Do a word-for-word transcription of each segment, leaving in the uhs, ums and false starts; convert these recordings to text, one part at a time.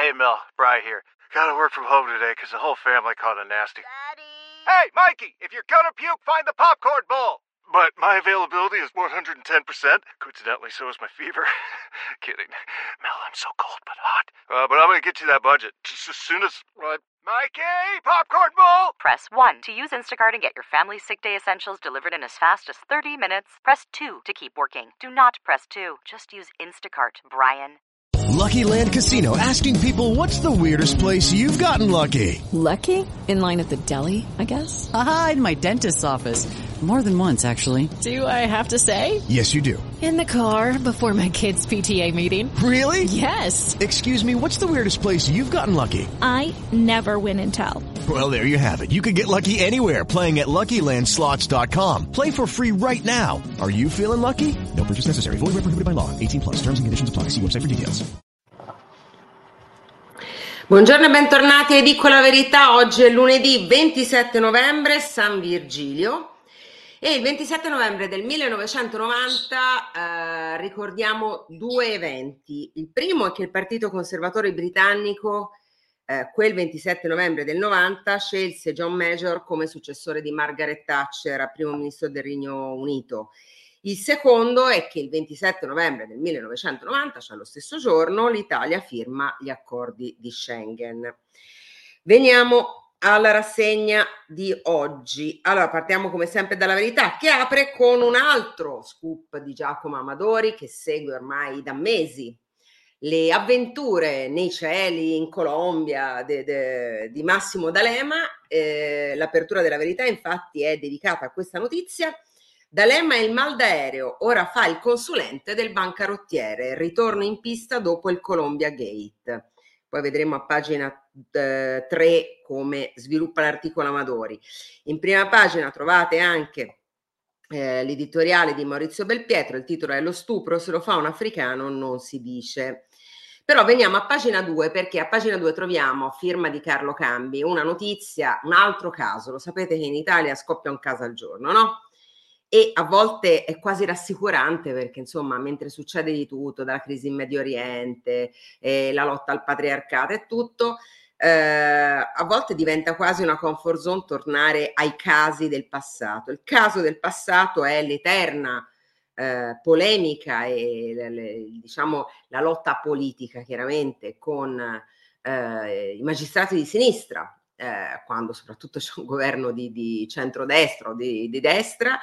Hey, Mel, Bri here. Gotta work from home today because the whole family caught a nasty... Daddy! Hey, Mikey, if you're gonna puke, find the popcorn bowl! But my availability is one hundred ten percent. Coincidentally, so is my fever. Kidding. Mel, I'm so cold but hot. Uh, but I'm gonna get you that budget just as soon as... What? Mikey, popcorn bowl! Press one to use Instacart and get your family sick day essentials delivered in as fast as thirty minutes. Press two to keep working. Do not press two. Just use Instacart, Brian. Lucky Land Casino, asking people, what's the weirdest place you've gotten lucky? Lucky? In line at the deli, I guess? Aha, in my dentist's office. More than once, actually. Do I have to say? Yes, you do. In the car before my kids' P T A meeting. Really? Yes. Excuse me, what's the weirdest place you've gotten lucky? I never win and tell. Well, there you have it. You can get lucky anywhere, playing at Lucky Land Slots dot com. Play for free right now. Are you feeling lucky? No purchase necessary. Void where prohibited by law. eighteen plus. Terms and conditions apply. See website for details. Buongiorno e bentornati a Dico la Verità. Oggi è lunedì ventisette novembre, San Virgilio, e il ventisette novembre del millenovecentonovanta eh, ricordiamo due eventi. Il primo è che il Partito Conservatore britannico eh, quel ventisette novembre del novanta scelse John Major come successore di Margaret Thatcher, primo ministro del Regno Unito. Il secondo è che il ventisette novembre del millenovecentonovanta, cioè lo stesso giorno, l'Italia firma gli accordi di Schengen. Veniamo alla rassegna di oggi. Allora, partiamo come sempre dalla Verità, che apre con un altro scoop di Giacomo Amadori, che segue ormai da mesi le avventure nei cieli in Colombia de, de, di Massimo D'Alema. Eh, l'apertura della Verità infatti è dedicata a questa notizia. D'Alema è il mal d'aereo, ora fa il consulente del bancarottiere, ritorno in pista dopo il Colombia Gate. Poi vedremo a pagina eh, tre come sviluppa l'articolo Amadori. In prima pagina trovate anche eh, l'editoriale di Maurizio Belpietro, il titolo è Lo stupro se lo fa un africano non si dice. Però veniamo a pagina due, perché a pagina due troviamo, firma di Carlo Cambi, una notizia, un altro caso. Lo sapete che in Italia scoppia un caso al giorno, no? E a volte è quasi rassicurante, perché insomma, mentre succede di tutto, dalla crisi in Medio Oriente, eh, la lotta al patriarcato e tutto, eh, a volte diventa quasi una comfort zone tornare ai casi del passato. Il caso del passato è l'eterna eh, polemica e le, le, diciamo la lotta politica, chiaramente, con eh, i magistrati di sinistra, eh, quando soprattutto c'è un governo di, di centrodestra o di, di destra.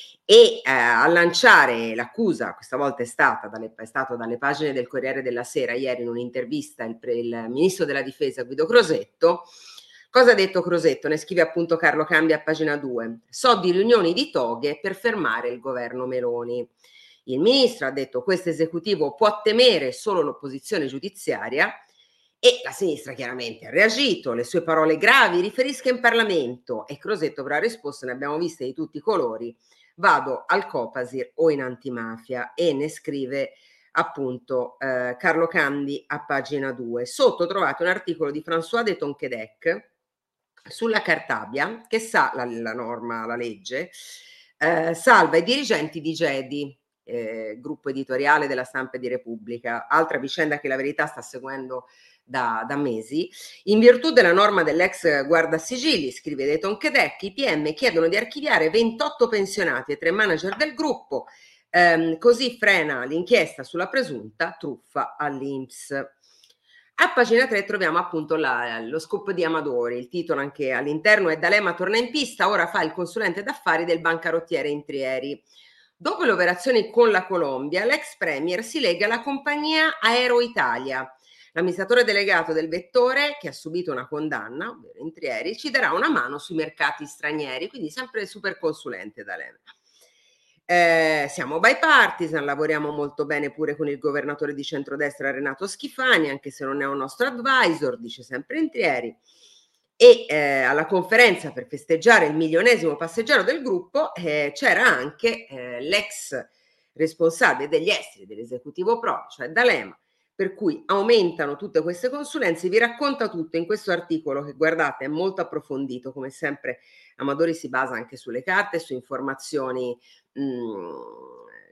E eh, a lanciare l'accusa, questa volta è, stata dalle, è stato dalle pagine del Corriere della Sera, ieri in un'intervista il, il ministro della difesa Guido Crosetto. Cosa ha detto Crosetto? Ne scrive appunto Carlo Cambi a pagina due. So di riunioni di toghe per fermare il governo Meloni. Il ministro ha detto questo esecutivo può temere solo l'opposizione giudiziaria, e la sinistra chiaramente ha reagito, le sue parole gravi, riferisca in Parlamento, e Crosetto però ha risposto, ne abbiamo viste di tutti i colori, vado al Copasir o in antimafia, e ne scrive appunto eh, Carlo Cambi a pagina due. Sotto trovate un articolo di François de Tonquédec sulla Cartabia, che sa la, la norma, la legge, eh, salva i dirigenti di Gedi, eh, gruppo editoriale della Stampa e di Repubblica, altra vicenda che la Verità sta seguendo Da, da mesi. In virtù della norma dell'ex guardasigilli, scrive De Tonquédec, i P M chiedono di archiviare ventotto pensionati e tre manager del gruppo, ehm, così frena l'inchiesta sulla presunta truffa all'I N P S. A pagina tre troviamo appunto la, lo scoop di Amadori, il titolo anche all'interno è D'Alema torna in pista, ora fa il consulente d'affari del bancarottiere in Trieri. Dopo le operazioni con la Colombia, l'ex premier si lega alla compagnia Aero Italia. L'amministratore delegato del vettore, che ha subito una condanna, ovvero in Trieri, ci darà una mano sui mercati stranieri, quindi sempre super consulente D'Alema. Eh, siamo bipartisan, lavoriamo molto bene pure con il governatore di centrodestra Renato Schifani, anche se non è un nostro advisor, dice sempre in Trieri. E eh, alla conferenza per festeggiare il milionesimo passeggero del gruppo eh, c'era anche eh, l'ex responsabile degli esteri dell'esecutivo proprio, cioè D'Alema, per cui aumentano tutte queste consulenze. Vi racconta tutto in questo articolo che, guardate, è molto approfondito, come sempre Amadori si basa anche sulle carte, su informazioni mh,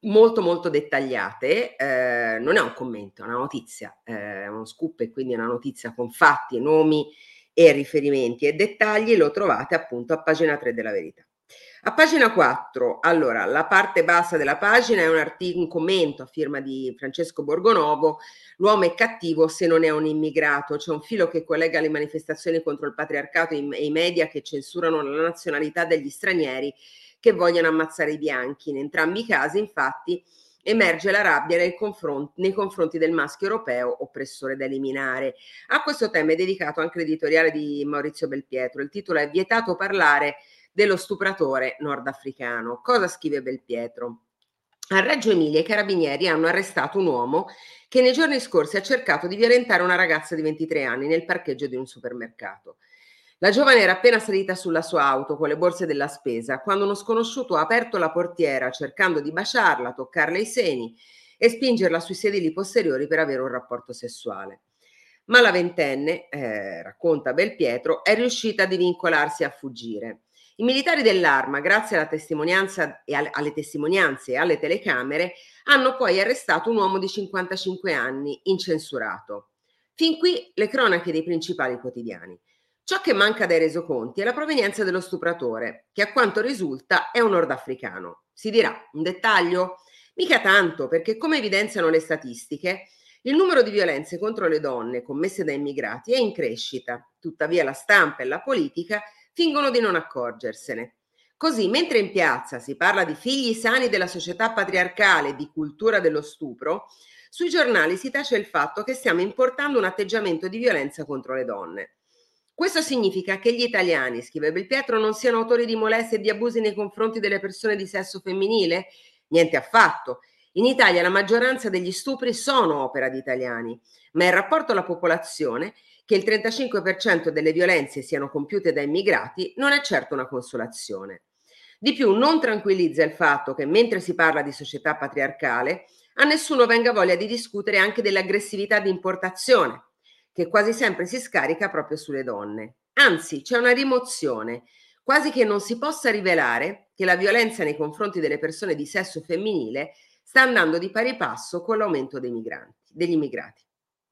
molto molto dettagliate, eh, non è un commento, è una notizia, eh, è uno scoop e quindi è una notizia con fatti, nomi e riferimenti e dettagli, lo trovate appunto a pagina tre della Verità. A pagina quattro, allora, la parte bassa della pagina è un, artic- un commento a firma di Francesco Borgonovo, l'uomo è cattivo se non è un immigrato, c'è un filo che collega le manifestazioni contro il patriarcato e i media che censurano la nazionalità degli stranieri che vogliono ammazzare i bianchi. In entrambi i casi, infatti, emerge la rabbia nei confronti, nei confronti del maschio europeo oppressore da eliminare. A questo tema è dedicato anche l'editoriale di Maurizio Belpietro. Il titolo è Vietato parlare dello stupratore nordafricano. Cosa scrive Belpietro? A Reggio Emilia i carabinieri hanno arrestato un uomo che nei giorni scorsi ha cercato di violentare una ragazza di ventitré anni nel parcheggio di un supermercato. La giovane era appena salita sulla sua auto con le borse della spesa quando uno sconosciuto ha aperto la portiera cercando di baciarla, toccarle i seni e spingerla sui sedili posteriori per avere un rapporto sessuale. Ma la ventenne, eh, racconta Belpietro, è riuscita a divincolarsi e a fuggire. I militari dell'Arma, grazie alla testimonianza e alle, alle testimonianze e alle telecamere, hanno poi arrestato un uomo di cinquantacinque anni, incensurato. Fin qui le cronache dei principali quotidiani. Ciò che manca dai resoconti è la provenienza dello stupratore, che a quanto risulta è un nordafricano. Si dirà, un dettaglio? Mica tanto, perché come evidenziano le statistiche, il numero di violenze contro le donne commesse da immigrati è in crescita. Tuttavia la stampa e la politica fingono di non accorgersene. Così, mentre in piazza si parla di figli sani della società patriarcale e di cultura dello stupro, sui giornali si tace il fatto che stiamo importando un atteggiamento di violenza contro le donne. Questo significa che gli italiani, scrive Belpietro, non siano autori di molestie e di abusi nei confronti delle persone di sesso femminile? Niente affatto. In Italia la maggioranza degli stupri sono opera di italiani, ma il rapporto alla popolazione, che il trentacinque per cento delle violenze siano compiute da immigrati, non è certo una consolazione. Di più, non tranquillizza il fatto che mentre si parla di società patriarcale, a nessuno venga voglia di discutere anche dell'aggressività di importazione, che quasi sempre si scarica proprio sulle donne. Anzi, c'è una rimozione, quasi che non si possa rivelare che la violenza nei confronti delle persone di sesso femminile sta andando di pari passo con l'aumento dei migranti, degli immigrati.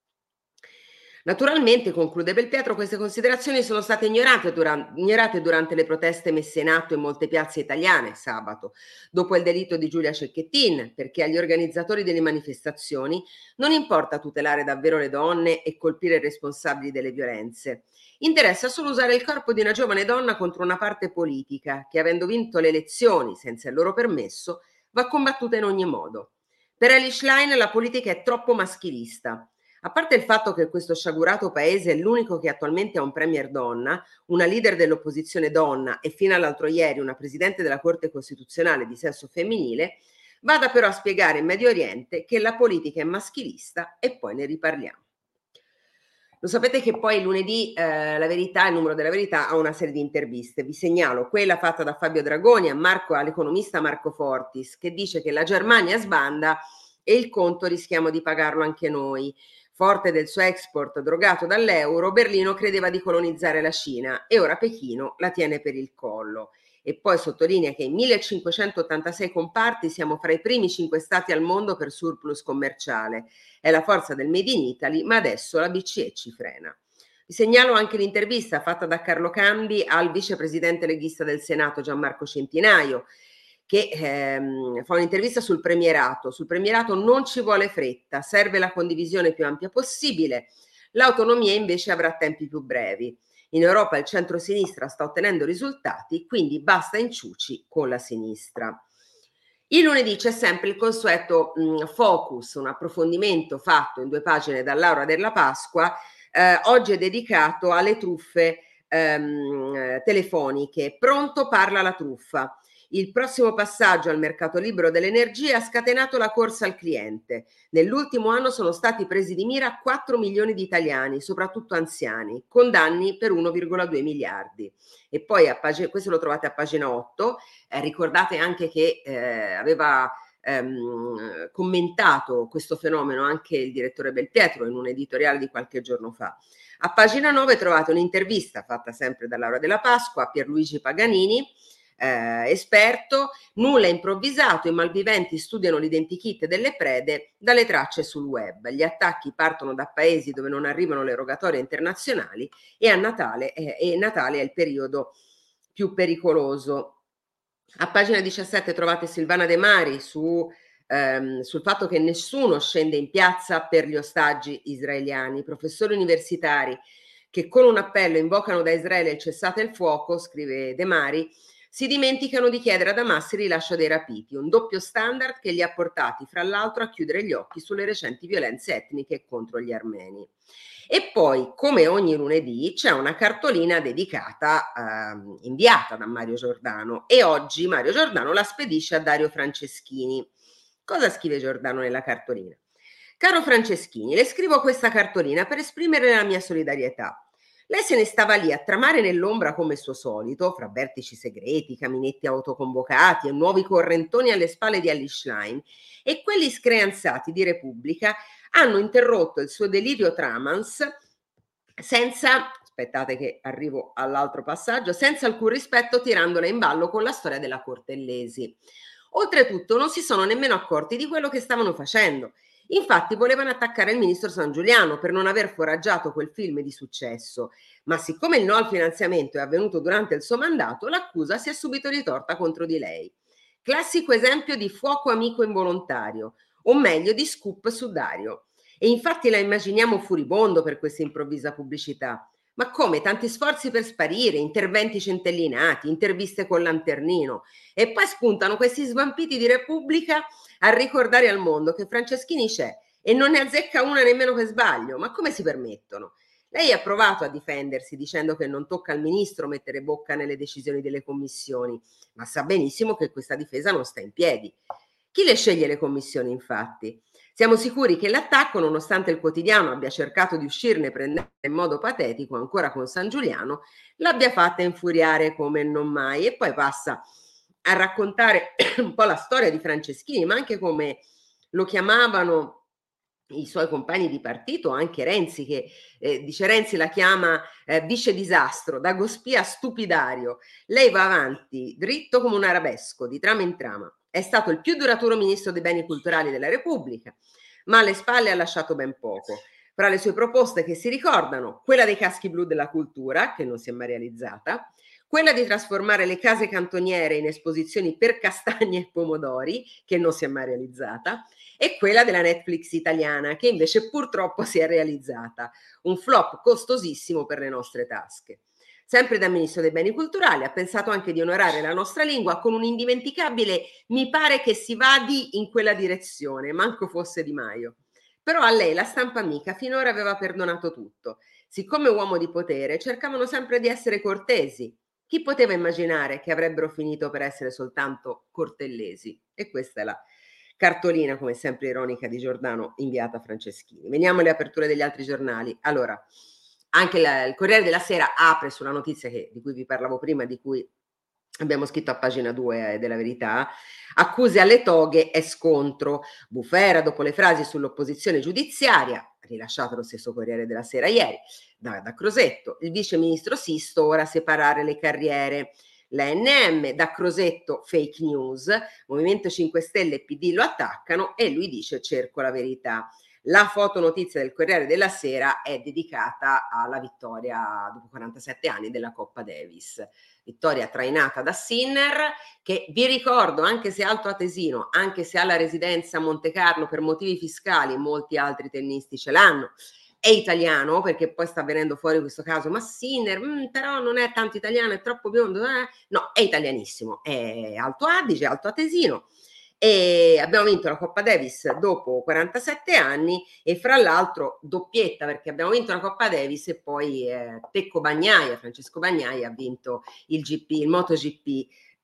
Naturalmente, conclude Belpietro, queste considerazioni sono state ignorate durante, ignorate durante le proteste messe in atto in molte piazze italiane sabato, dopo il delitto di Giulia Cecchettin, perché agli organizzatori delle manifestazioni non importa tutelare davvero le donne e colpire i responsabili delle violenze. Interessa solo usare il corpo di una giovane donna contro una parte politica che, avendo vinto le elezioni senza il loro permesso, va combattuta in ogni modo. Per Elly Schlein la politica è troppo maschilista. A parte il fatto che questo sciagurato paese è l'unico che attualmente ha un premier donna, una leader dell'opposizione donna e fino all'altro ieri una presidente della Corte Costituzionale di sesso femminile, vada però a spiegare in Medio Oriente che la politica è maschilista e poi ne riparliamo. Lo sapete che poi lunedì eh, la Verità, il numero della Verità, ha una serie di interviste. Vi segnalo quella fatta da Fabio Dragoni a Marco, all'economista Marco Fortis, che dice che la Germania sbanda e il conto rischiamo di pagarlo anche noi. Forte del suo export drogato dall'euro, Berlino credeva di colonizzare la Cina e ora Pechino la tiene per il collo. E poi sottolinea che in millecinquecentottantasei comparti siamo fra i primi cinque stati al mondo per surplus commerciale. È la forza del Made in Italy, ma adesso la B C E ci frena. Vi segnalo anche l'intervista fatta da Carlo Cambi al vicepresidente leghista del Senato Gianmarco Centinaio, che ehm, fa un'intervista sul premierato. Sul premierato non ci vuole fretta, serve la condivisione più ampia possibile, l'autonomia invece avrà tempi più brevi. In Europa il centro-sinistra sta ottenendo risultati, quindi basta inciuci con la sinistra. Il lunedì c'è sempre il consueto mh, focus, un approfondimento fatto in due pagine da Laura Della Pasqua, eh, oggi è dedicato alle truffe ehm, telefoniche. Pronto parla la truffa. Il prossimo passaggio al mercato libero dell'energia ha scatenato la corsa al cliente. Nell'ultimo anno sono stati presi di mira quattro milioni di italiani, soprattutto anziani, con danni per uno virgola due miliardi. E poi, a pag- questo lo trovate a pagina otto, eh, ricordate anche che eh, aveva ehm, commentato questo fenomeno anche il direttore Belpietro in un editoriale di qualche giorno fa. A pagina nove trovate un'intervista fatta sempre da Laura Della Pasqua a Pierluigi Paganini, eh, esperto, nulla è improvvisato, i malviventi studiano l'identikit delle prede dalle tracce sul web. Gli attacchi partono da paesi dove non arrivano le rogatorie internazionali e a Natale, eh, e Natale è il periodo più pericoloso. A pagina diciassette trovate Silvana De Mari su, ehm, sul fatto che nessuno scende in piazza per gli ostaggi israeliani. Professori universitari che con un appello invocano da Israele il cessate il fuoco, scrive De Mari, si dimenticano di chiedere ad Hamas il rilascio dei rapiti, un doppio standard che li ha portati fra l'altro a chiudere gli occhi sulle recenti violenze etniche contro gli armeni. E poi, come ogni lunedì, c'è una cartolina dedicata, eh, inviata da Mario Giordano, e oggi Mario Giordano la spedisce a Dario Franceschini. Cosa scrive Giordano nella cartolina? Caro Franceschini, le scrivo questa cartolina per esprimere la mia solidarietà. Lei se ne stava lì a tramare nell'ombra come suo solito, fra vertici segreti, caminetti autoconvocati e nuovi correntoni alle spalle di Elly Schlein, e quelli screanzati di Repubblica hanno interrotto il suo delirio tramans senza, aspettate che arrivo all'altro passaggio, senza alcun rispetto, tirandola in ballo con la storia della Cortellesi. Oltretutto non si sono nemmeno accorti di quello che stavano facendo. Infatti volevano attaccare il ministro Sangiuliano per non aver foraggiato quel film di successo, ma siccome il no al finanziamento è avvenuto durante il suo mandato, l'accusa si è subito ritorta contro di lei. Classico esempio di fuoco amico involontario, o meglio di scoop su Dario. E infatti la immaginiamo furibondo per questa improvvisa pubblicità. Ma come? Tanti sforzi per sparire, interventi centellinati, interviste col lanternino, e poi spuntano questi svampiti di Repubblica a ricordare al mondo che Franceschini c'è e non ne azzecca una nemmeno per sbaglio. Ma come si permettono? Lei ha provato a difendersi dicendo che non tocca al ministro mettere bocca nelle decisioni delle commissioni, ma sa benissimo che questa difesa non sta in piedi. Chi le sceglie le commissioni, infatti? Siamo sicuri che l'attacco, nonostante il quotidiano abbia cercato di uscirne prendendo in modo patetico ancora con Sangiuliano, l'abbia fatta infuriare come non mai, e poi passa a raccontare un po' la storia di Franceschini, ma anche come lo chiamavano i suoi compagni di partito, anche Renzi, che eh, dice Renzi la chiama eh, vice disastro, da Gospia a stupidario. Lei va avanti dritto come un arabesco, di trama in trama. È stato il più duraturo ministro dei beni culturali della Repubblica, ma alle spalle ha lasciato ben poco. Fra le sue proposte che si ricordano, quella dei caschi blu della cultura, che non si è mai realizzata, quella di trasformare le case cantoniere in esposizioni per castagne e pomodori, che non si è mai realizzata, e quella della Netflix italiana, che invece purtroppo si è realizzata. Un flop costosissimo per le nostre tasche. Sempre da Ministro dei Beni Culturali ha pensato anche di onorare la nostra lingua con un indimenticabile "mi pare che si vadi in quella direzione", manco fosse Di Maio. Però a lei la stampa amica finora aveva perdonato tutto. Siccome uomo di potere cercavano sempre di essere cortesi. Chi poteva immaginare che avrebbero finito per essere soltanto cortellesi? E questa è la cartolina, come sempre ironica, di Giordano inviata a Franceschini. Veniamo alle aperture degli altri giornali. Allora, anche la, il Corriere della Sera apre sulla notizia che, di cui vi parlavo prima, di cui abbiamo scritto a pagina due eh, della Verità: accuse alle toghe e scontro. Bufera dopo le frasi sull'opposizione giudiziaria, rilasciato lo stesso Corriere della Sera ieri, da, da Crosetto. Il vice ministro Sisto ora separare le carriere. La N M, da Crosetto fake news, Movimento cinque Stelle e P D lo attaccano e lui dice cerco la verità. La fotonotizia del Corriere della Sera è dedicata alla vittoria dopo quarantasette anni della Coppa Davis. Vittoria trainata da Sinner, che vi ricordo, anche se alto atesino, anche se ha la residenza a Monte Carlo per motivi fiscali, molti altri tennisti ce l'hanno, è italiano, perché poi sta venendo fuori questo caso, ma Sinner mm, però non è tanto italiano, è troppo biondo, eh? No, è italianissimo, è alto adige, alto atesino. E abbiamo vinto la Coppa Davis dopo quarantasette anni e fra l'altro doppietta, perché abbiamo vinto la Coppa Davis e poi eh, Pecco Bagnaia, Francesco Bagnaia ha vinto il G P, il MotoGP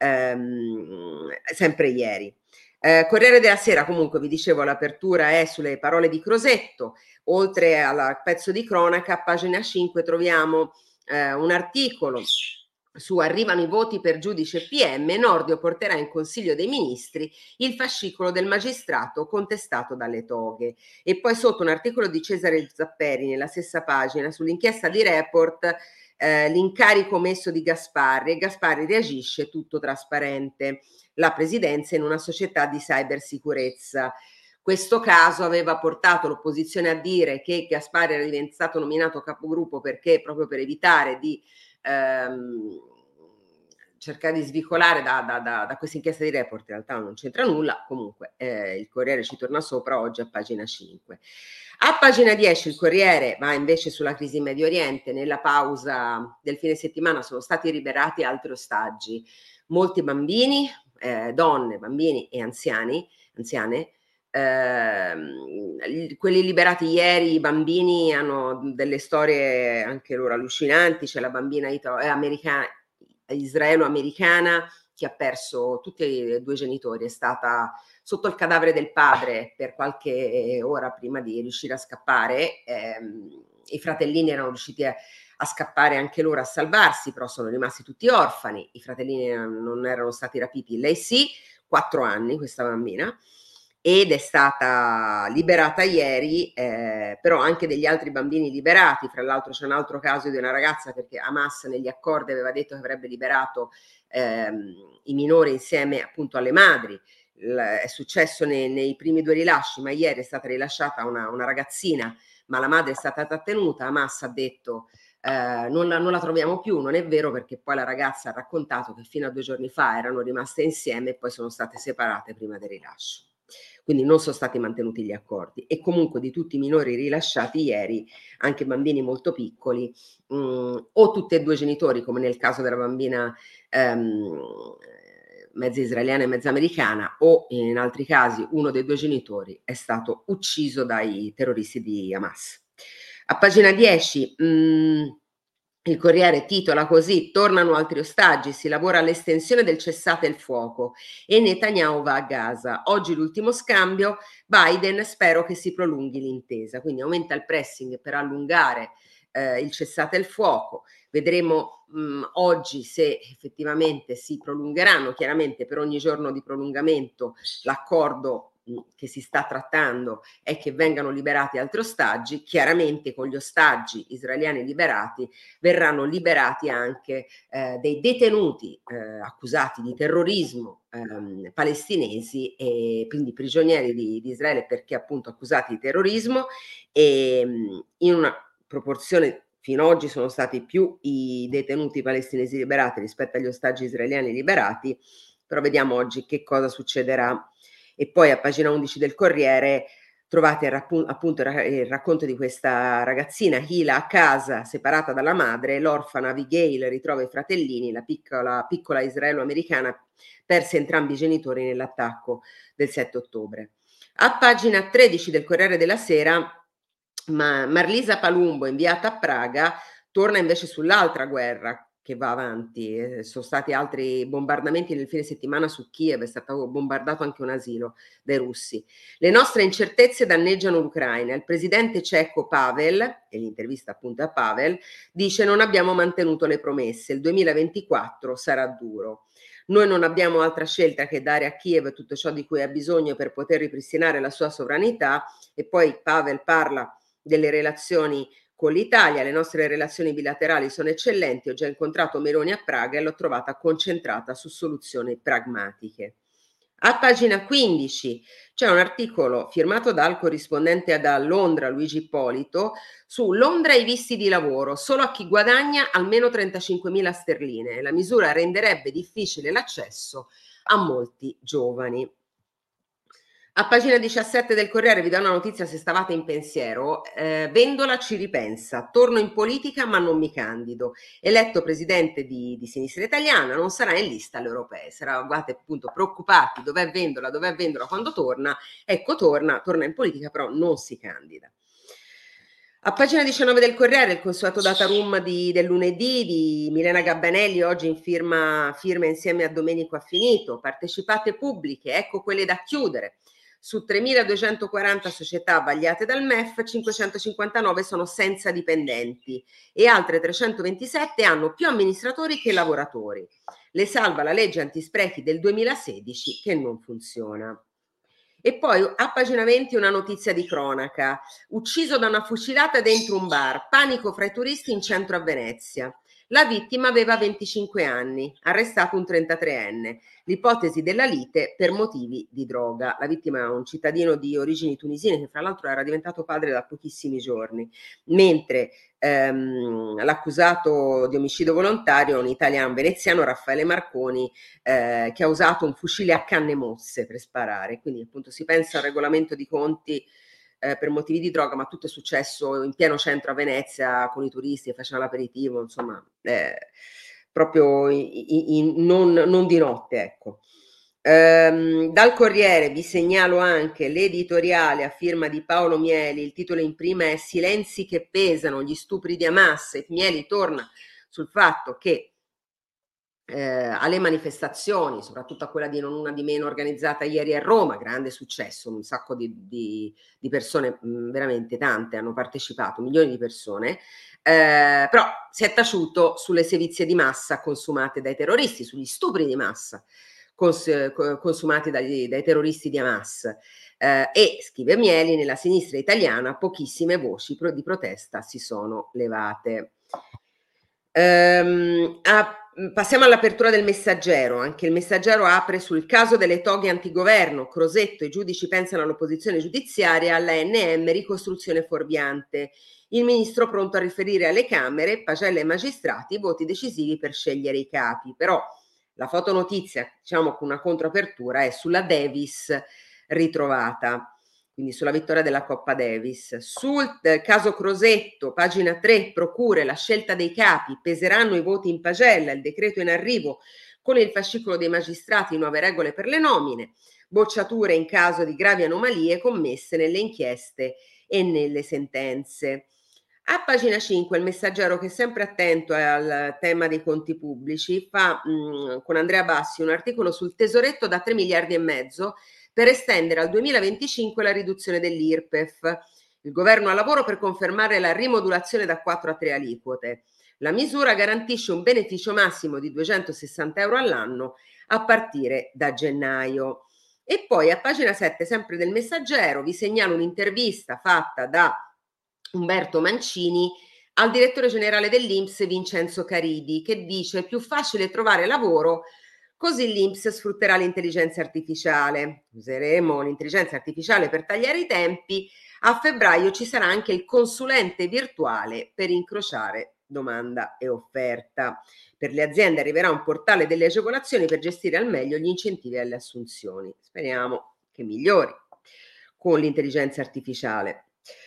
ehm, sempre ieri. Eh, Corriere della Sera, comunque vi dicevo, l'apertura è sulle parole di Crosetto. Oltre al pezzo di cronaca, a pagina cinque troviamo eh, un articolo su arrivano i voti per giudice P M, Nordio porterà in Consiglio dei Ministri il fascicolo del magistrato contestato dalle toghe. E poi sotto un articolo di Cesare Zapperi nella stessa pagina sull'inchiesta di Report eh, l'incarico messo di Gasparri e Gasparri reagisce tutto trasparente, la presidenza in una società di cybersicurezza. Questo caso aveva portato l'opposizione a dire che Gasparri era diventato nominato capogruppo perché proprio per evitare di ehm, cercare di svicolare da, da, da, da questa inchiesta di Report, in realtà non c'entra nulla. Comunque eh, il Corriere ci torna sopra oggi a pagina cinque. A pagina dieci il Corriere va invece sulla crisi in Medio Oriente. Nella pausa del fine settimana sono stati liberati altri ostaggi, molti bambini, eh, donne, bambini e anziani, anziane. Eh, quelli liberati ieri, i bambini, hanno delle storie anche loro allucinanti. C'è la bambina italo- eh, americana, israelo-americana che ha perso tutti e due i genitori, è stata sotto il cadavere del padre per qualche ora prima di riuscire a scappare. Eh, i fratellini erano riusciti a, a scappare anche loro, a salvarsi, però sono rimasti tutti orfani. I fratellini non erano stati rapiti, lei sì, quattro anni questa bambina, ed è stata liberata ieri, eh, però anche degli altri bambini liberati. Fra l'altro c'è un altro caso di una ragazza, perché Hamas negli accordi aveva detto che avrebbe liberato ehm, i minori insieme appunto alle madri. L- è successo nei, nei primi due rilasci, ma ieri è stata rilasciata una, una ragazzina, ma la madre è stata trattenuta. Hamas ha detto eh, non, la, non la troviamo più. Non è vero, perché poi la ragazza ha raccontato che fino a due giorni fa erano rimaste insieme e poi sono state separate prima del rilascio. Quindi non sono stati mantenuti gli accordi. E comunque di tutti i minori rilasciati ieri, anche bambini molto piccoli, mh, o tutti e due i genitori, come nel caso della bambina ehm, mezza israeliana e mezza americana, o in altri casi uno dei due genitori è stato ucciso dai terroristi di Hamas. A pagina dieci mh, il Corriere titola così: tornano altri ostaggi, si lavora all'estensione del cessate il fuoco e Netanyahu va a Gaza. Oggi l'ultimo scambio, Biden spero che si prolunghi l'intesa. Quindi aumenta il pressing per allungare eh, il cessate il fuoco. Vedremo mh, oggi se effettivamente si prolungheranno. Chiaramente per ogni giorno di prolungamento l'accordo che si sta trattando è che vengano liberati altri ostaggi. Chiaramente con gli ostaggi israeliani liberati verranno liberati anche eh, dei detenuti eh, accusati di terrorismo ehm, palestinesi, e quindi prigionieri di, di Israele perché appunto accusati di terrorismo, e in una proporzione, fino ad oggi sono stati più i detenuti palestinesi liberati rispetto agli ostaggi israeliani liberati, però vediamo oggi che cosa succederà. E poi a pagina undici del Corriere trovate appunto il racconto di questa ragazzina, Hila, a casa, separata dalla madre. L'orfana Abigail ritrova i fratellini. La piccola, piccola israelo-americana perse entrambi i genitori nell'attacco del sette ottobre. A pagina tredici del Corriere della Sera, ma Marlisa Palumbo, inviata a Praga, torna invece sull'altra guerra che va avanti. Eh, sono stati altri bombardamenti nel fine settimana su Kiev, è stato bombardato anche un asilo dai russi. Le nostre incertezze danneggiano l'Ucraina. Il presidente ceco Pavel, e l'intervista appunto a Pavel, dice: non abbiamo mantenuto le promesse, il duemilaventiquattro sarà duro. Noi non abbiamo altra scelta che dare a Kiev tutto ciò di cui ha bisogno per poter ripristinare la sua sovranità. E poi Pavel parla delle relazioni con l'Italia. Le nostre relazioni bilaterali sono eccellenti. Ho già incontrato Meloni a Praga e l'ho trovata concentrata su soluzioni pragmatiche. A pagina quindici c'è un articolo firmato dal corrispondente da Londra, Luigi Ippolito, su Londra e i visti di lavoro, solo a chi guadagna almeno trentacinquemila sterline. La misura renderebbe difficile l'accesso a molti giovani. A pagina diciassette del Corriere vi do una notizia se stavate in pensiero. Eh, Vendola ci ripensa, torno in politica ma non mi candido. Eletto presidente di, di Sinistra Italiana, non sarà in lista alle europee. Eravate appunto preoccupati, dov'è Vendola, dov'è Vendola quando torna? Ecco, torna, torna in politica, però non si candida. A pagina diciannove del Corriere, il consueto data room di, del lunedì di Milena Gabbanelli, oggi in firma, firma insieme a Domenico Affinito. Partecipate pubbliche, ecco quelle da chiudere. Su tremiladuecentoquaranta società vagliate dal M E F, cinquecentocinquantanove sono senza dipendenti e altre trecentoventisette hanno più amministratori che lavoratori. Le salva la legge antisprechi del duemilasedici che non funziona. E poi a pagina venti una notizia di cronaca: ucciso da una fucilata dentro un bar, panico fra i turisti in centro a Venezia. La vittima aveva venticinque anni, arrestato un trentatreenne. L'ipotesi della lite per motivi di droga. La vittima è un cittadino di origini tunisine che fra l'altro era diventato padre da pochissimi giorni, mentre ehm, l'accusato di omicidio volontario è un italiano veneziano, Raffaele Marconi, eh, che ha usato un fucile a canne mosse per sparare. Quindi appunto si pensa al regolamento di conti eh, per motivi di droga, ma tutto è successo in pieno centro a Venezia con i turisti che facevano l'aperitivo, insomma, eh, proprio in, in, non, non di notte, ecco. Ehm, dal Corriere vi segnalo anche l'editoriale a firma di Paolo Mieli. Il titolo in prima è Silenzi che pesano, gli stupri di Hamas, e Mieli torna sul fatto che Eh, alle manifestazioni, soprattutto a quella di non una di meno organizzata ieri a Roma, grande successo, un sacco di, di, di persone, mh, veramente tante hanno partecipato, milioni di persone, eh, però si è taciuto sulle sevizie di massa consumate dai terroristi, sugli stupri di massa cons- consumati dai, dai terroristi di Hamas. Eh, e, scrive Mieli, nella sinistra italiana pochissime voci pro- di protesta si sono levate. Ehm, a Passiamo all'apertura del Messaggero. Anche il Messaggero apre sul caso delle toghe antigoverno. Crosetto, i giudici pensano all'opposizione giudiziaria, alla N M ricostruzione fuorviante. Il ministro pronto a riferire alle Camere, pagelle ai magistrati, voti decisivi per scegliere i capi. Però la fotonotizia, diciamo con una controapertura, è sulla Davis ritrovata, quindi sulla vittoria della Coppa Davis. Sul eh, caso Crosetto, pagina tre, procure, la scelta dei capi, peseranno i voti in pagella, il decreto in arrivo con il fascicolo dei magistrati, nuove regole per le nomine, bocciature in caso di gravi anomalie commesse nelle inchieste e nelle sentenze. A pagina cinque il Messaggero, che è sempre attento al tema dei conti pubblici, fa mh, con Andrea Bassi un articolo sul tesoretto da tre miliardi e mezzo per estendere al duemilaventicinque la riduzione dell'I R P E F. Il governo ha lavoro per confermare la rimodulazione da quattro a tre aliquote. La misura garantisce un beneficio massimo di duecentosessanta euro all'anno a partire da gennaio. E poi a pagina sette, sempre del Messaggero, vi segnalo un'intervista fatta da Umberto Mancini al direttore generale dell'I N P S Vincenzo Caridi, che dice: è più facile trovare lavoro, così l'I N P S sfrutterà l'intelligenza artificiale. Useremo l'intelligenza artificiale per tagliare i tempi. A febbraio ci sarà anche il consulente virtuale per incrociare domanda e offerta. Per le aziende arriverà un portale delle agevolazioni per gestire al meglio gli incentivi alle assunzioni. Speriamo che migliori con l'intelligenza artificiale.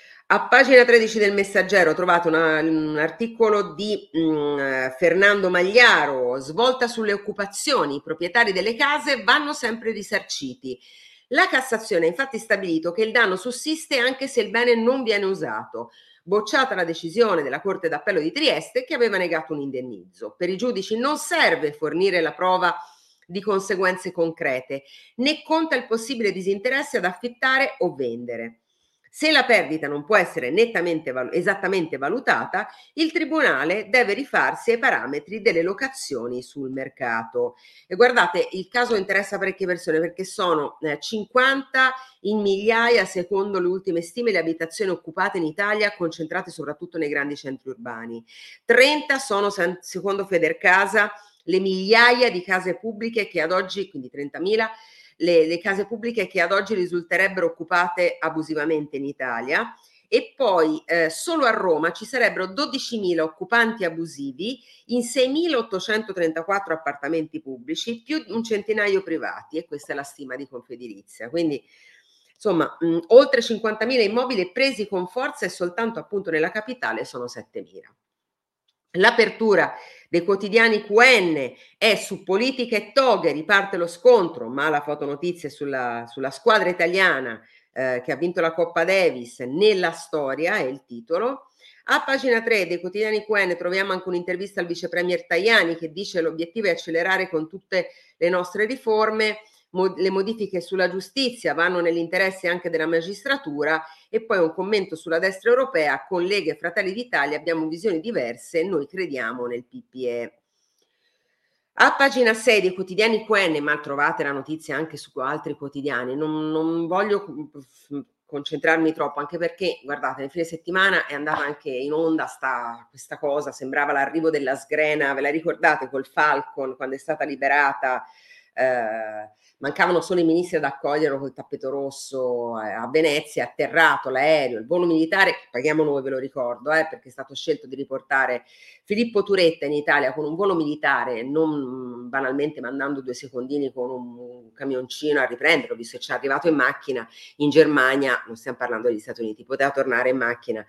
A pagina tredici del Messaggero trovate una, un articolo di mh, Fernando Magliaro, svolta sulle occupazioni, i proprietari delle case vanno sempre risarciti. La Cassazione ha infatti stabilito che il danno sussiste anche se il bene non viene usato. Bocciata la decisione della Corte d'Appello di Trieste che aveva negato un indennizzo. Per i giudici non serve fornire la prova di conseguenze concrete, né conta il possibile disinteresse ad affittare o vendere. Se la perdita non può essere nettamente val- esattamente valutata, il tribunale deve rifarsi ai parametri delle locazioni sul mercato. E guardate, il caso interessa parecchie persone perché sono eh, cinquanta in migliaia, secondo le ultime stime, le abitazioni occupate in Italia, concentrate soprattutto nei grandi centri urbani. trenta sono, secondo Federcasa, le migliaia di case pubbliche che ad oggi, quindi trentamila, Le, le case pubbliche che ad oggi risulterebbero occupate abusivamente in Italia. E poi eh, solo a Roma ci sarebbero dodicimila occupanti abusivi in seimilaottocentotrentaquattro appartamenti pubblici, più un centinaio privati, e questa è la stima di Confedilizia. Quindi insomma mh, oltre cinquantamila immobili presi con forza, e soltanto appunto nella capitale sono settemila. L'apertura dei quotidiani Q N è su politica e toghe, riparte lo scontro, ma la fotonotizia sulla, sulla squadra italiana eh, che ha vinto la Coppa Davis nella storia è il titolo. A pagina tre dei quotidiani Q N troviamo anche un'intervista al vice premier Tajani che dice: l'obiettivo è accelerare con tutte le nostre riforme, Mod- le modifiche sulla giustizia vanno nell'interesse anche della magistratura. E poi un commento sulla destra europea: con Lega e Fratelli d'Italia abbiamo visioni diverse, noi crediamo nel P P E. A pagina sei dei quotidiani Q N, ma trovate la notizia anche su altri quotidiani, non, non voglio concentrarmi troppo, anche perché, guardate, nel fine settimana è andata anche in onda sta, questa cosa, sembrava l'arrivo della sgrena, ve la ricordate col Falcon, quando è stata liberata, eh, mancavano solo i ministri ad accoglierlo col tappeto rosso eh, a Venezia, è atterrato l'aereo, il volo militare, che paghiamo noi, ve lo ricordo, eh, perché è stato scelto di riportare Filippo Turetta in Italia con un volo militare, non banalmente mandando due secondini con un camioncino a riprenderlo, visto che ci è arrivato in macchina. In Germania, non stiamo parlando degli Stati Uniti, poteva tornare in macchina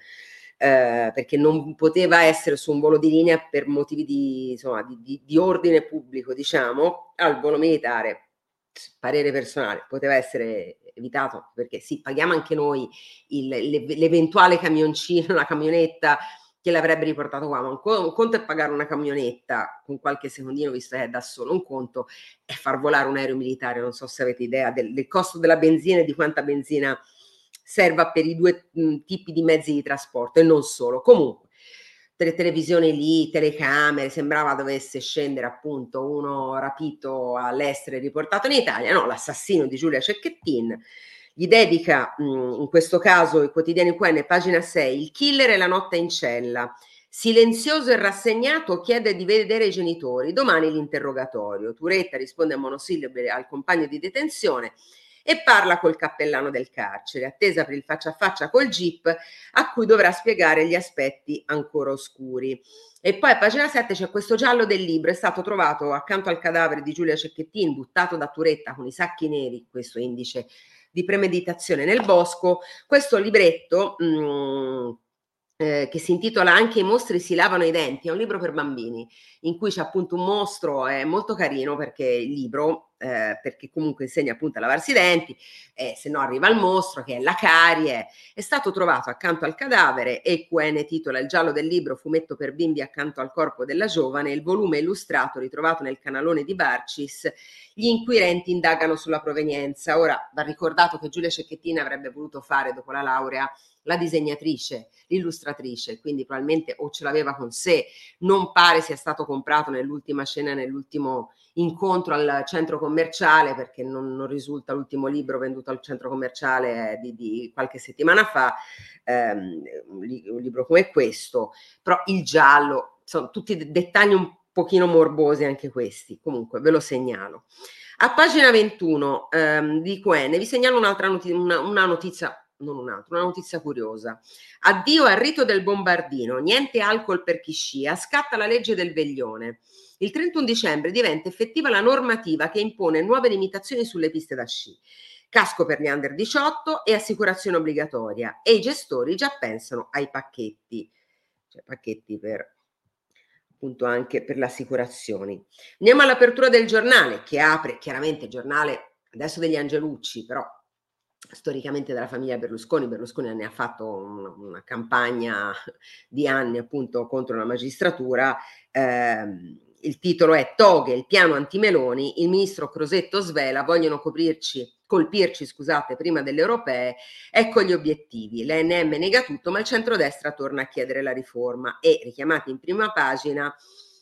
eh, perché non poteva essere su un volo di linea per motivi di, insomma, di, di, di ordine pubblico, diciamo. Al volo militare, parere personale, poteva essere evitato, perché sì, paghiamo anche noi il, l'eventuale camioncino, la camionetta che l'avrebbe riportato qua, ma un conto è pagare una camionetta con qualche secondino, visto che è da solo, un conto è far volare un aereo militare. Non so se avete idea del, del costo della benzina e di quanta benzina serva per i due mh, tipi di mezzi di trasporto, e non solo. Comunque, le televisioni lì, telecamere, sembrava dovesse scendere appunto uno rapito all'estero e riportato in Italia. No, l'assassino di Giulia Cecchettin gli dedica mh, in questo caso il quotidiano Q N, pagina sei, il killer e la notte in cella, silenzioso e rassegnato, chiede di vedere i genitori, domani l'interrogatorio. Turetta risponde a monosillabi al compagno di detenzione e parla col cappellano del carcere, attesa per il faccia a faccia col G I P, a cui dovrà spiegare gli aspetti ancora oscuri. E poi a pagina sette c'è questo giallo del libro, è stato trovato accanto al cadavere di Giulia Cecchettin, buttato da Turetta con i sacchi neri, questo indice di premeditazione, nel bosco. Questo libretto mh, eh, che si intitola Anche i mostri si lavano i denti, è un libro per bambini in cui c'è appunto un mostro, è molto carino perché il libro, eh, perché comunque insegna appunto a lavarsi i denti, eh, se no arriva il mostro che è la carie. È stato trovato accanto al cadavere e Q N titola il giallo del libro fumetto per bimbi accanto al corpo della giovane, il volume illustrato ritrovato nel canalone di Barcis. Gli inquirenti indagano sulla provenienza. Ora va ricordato che Giulia Cecchettin avrebbe voluto fare dopo la laurea la disegnatrice, l'illustratrice, quindi probabilmente o ce l'aveva con sé, non pare sia stato comprato nell'ultima scena, nell'ultimo incontro al centro commerciale, perché non, non risulta l'ultimo libro venduto al centro commerciale di, di qualche settimana fa, ehm, un, un libro come questo, però il giallo, sono tutti dettagli un pochino morbosi anche questi, comunque ve lo segnalo. A pagina ventuno ehm, di Q N vi segnalo un'altra notizia, una, una notizia non un'altra, una notizia curiosa. Addio al rito del bombardino, niente alcol per chi scia, scatta la legge del veglione. Il trentuno dicembre diventa effettiva la normativa che impone nuove limitazioni sulle piste da sci. Casco per gli under diciotto e assicurazione obbligatoria, e i gestori già pensano ai pacchetti, cioè pacchetti per appunto anche per le assicurazioni. Andiamo all'apertura del giornale, che apre chiaramente il giornale adesso degli Angelucci, però storicamente della famiglia Berlusconi. Berlusconi ne ha fatto una, una campagna di anni appunto contro la magistratura. Eh, il titolo è Toghe, il piano anti-Meloni, il ministro Crosetto svela, vogliono coprirci, colpirci scusate, prima delle europee, ecco gli obiettivi. L'A N M nega tutto, ma il centrodestra torna a chiedere la riforma. E richiamati in prima pagina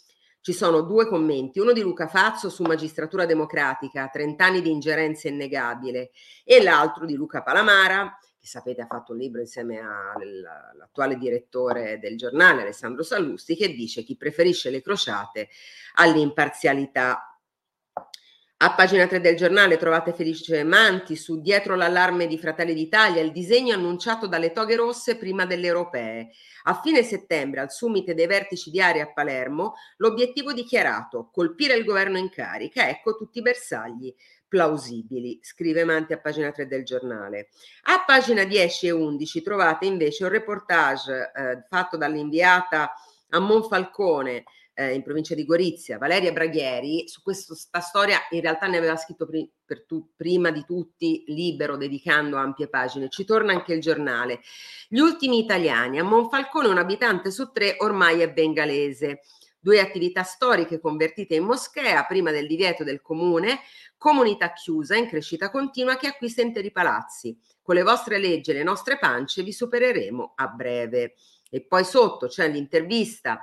ci sono due commenti, uno di Luca Fazzo su magistratura democratica, trenta anni di ingerenza innegabile, e l'altro di Luca Palamara, che sapete ha fatto un libro insieme all'attuale direttore del giornale, Alessandro Sallusti, che dice chi preferisce le crociate all'imparzialità. A pagina tre del giornale trovate Felice Manti su dietro l'allarme di Fratelli d'Italia, il disegno annunciato dalle toghe rosse prima delle europee. A fine settembre, al summit dei vertici di area a Palermo, l'obiettivo dichiarato, colpire il governo in carica, ecco tutti i bersagli plausibili, scrive Manti a pagina tre del giornale. A pagina dieci e undici trovate invece un reportage eh, fatto dall'inviata a Monfalcone, Eh, in provincia di Gorizia, Valeria Braghieri. Su questa storia in realtà ne aveva scritto pri- per tu- prima di tutti Libero, dedicando ampie pagine. Ci torna anche il giornale. Gli ultimi italiani. A Monfalcone un abitante su tre ormai è bengalese. Due attività storiche convertite in moschea prima del divieto del comune, comunità chiusa in crescita continua che acquista interi palazzi. Con le vostre leggi e le nostre pance vi supereremo a breve. E poi sotto c'è l'intervista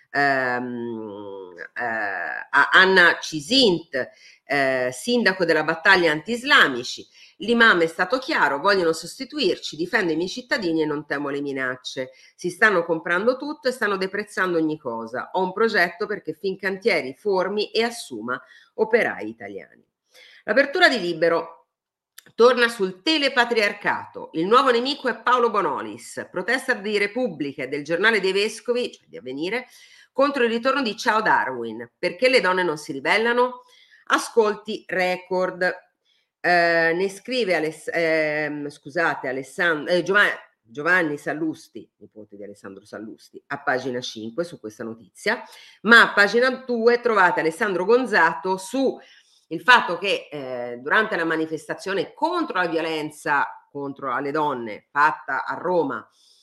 Ehm, eh, a Anna Cisint, eh, sindaco della battaglia anti-islamici. L'imam è stato chiaro, vogliono sostituirci, difendo i miei cittadini e non temo le minacce. Si stanno comprando tutto e stanno deprezzando ogni cosa. Ho un progetto perché Fincantieri formi e assuma operai italiani. L'apertura di Libero torna sul telepatriarcato. Il nuovo nemico è Paolo Bonolis, protesta di Repubblica e del Giornale dei Vescovi, cioè di Avvenire, contro il ritorno di Ciao Darwin. Perché le donne non si ribellano? Ascolti record. Eh, ne scrive Aless- eh, scusate, Alessandro, eh, Giovanni, Giovanni Sallusti, nipote di Alessandro Sallusti, a pagina cinque su questa notizia, ma a pagina due trovate Alessandro Gonzato su il fatto che eh, durante la manifestazione contro la violenza contro le donne fatta a Roma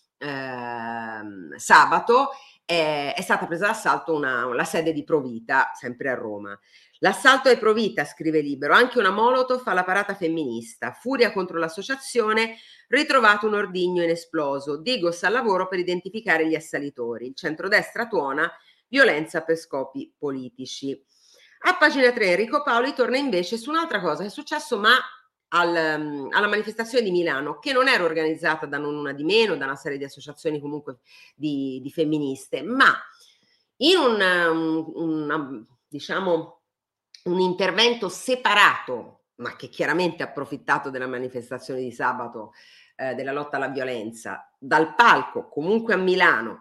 eh, sabato eh, è stata presa d'assalto una, la sede di Provita, sempre a Roma. L'assalto è Provita, scrive Libero, anche una Molotov fa la parata femminista, furia contro l'associazione, ritrovato un ordigno inesploso, Digos al lavoro per identificare gli assalitori, il centrodestra tuona, violenza per scopi politici. A pagina tre Enrico Paoli torna invece su un'altra cosa che è successo ma al, um, alla manifestazione di Milano, che non era organizzata da non una di meno, da una serie di associazioni comunque di, di femministe, ma in un, un, un diciamo un intervento separato, ma che chiaramente ha approfittato della manifestazione di sabato eh, della lotta alla violenza, dal palco, comunque a Milano,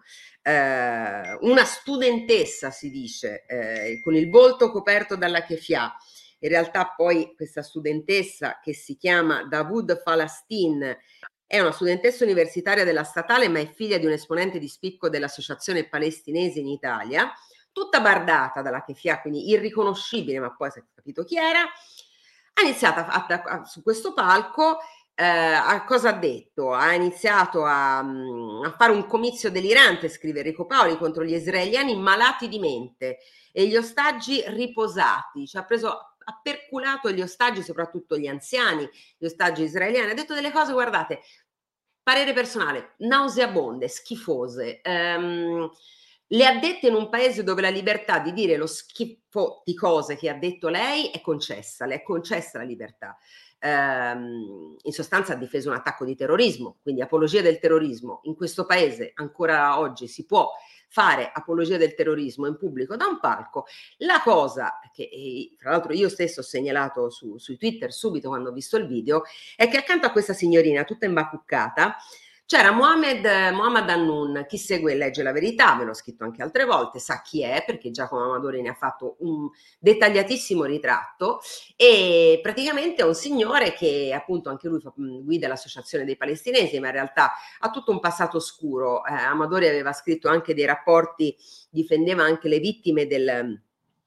eh, una studentessa, si dice, eh, con il volto coperto dalla keffiyeh. In realtà poi questa studentessa, che si chiama Dawood Falastin, è una studentessa universitaria della statale, ma è figlia di un esponente di spicco dell'associazione palestinese in Italia, tutta bardata dalla keffiyeh, quindi irriconoscibile, ma poi si è capito chi era. Ha iniziato a, a, a, su questo palco, eh, a cosa ha detto? Ha iniziato a, a fare un comizio delirante, scrive Enrico Paoli, contro gli israeliani malati di mente e gli ostaggi riposati. Cioè ha preso, ha perculato gli ostaggi, soprattutto gli anziani, gli ostaggi israeliani. Ha detto delle cose, guardate, parere personale, nauseabonde, schifose. Ehm, Le ha dette in un paese dove la libertà di dire lo schifo di cose che ha detto lei è concessa, le è concessa la libertà. Ehm, in sostanza ha difeso un attacco di terrorismo, quindi apologia del terrorismo. In questo paese ancora oggi si può fare apologia del terrorismo in pubblico da un palco. La cosa che tra l'altro io stesso ho segnalato su, su Twitter subito quando ho visto il video è che accanto a questa signorina tutta imbacuccata c'era Mohamed, Mohamed Annun. Chi segue e legge La Verità, ve l'ho scritto anche altre volte, sa chi è, perché Giacomo Amadori ne ha fatto un dettagliatissimo ritratto, e praticamente è un signore che appunto anche lui fa, guida l'associazione dei palestinesi, ma in realtà ha tutto un passato oscuro. Eh, Amadori aveva scritto anche dei rapporti, difendeva anche le vittime del...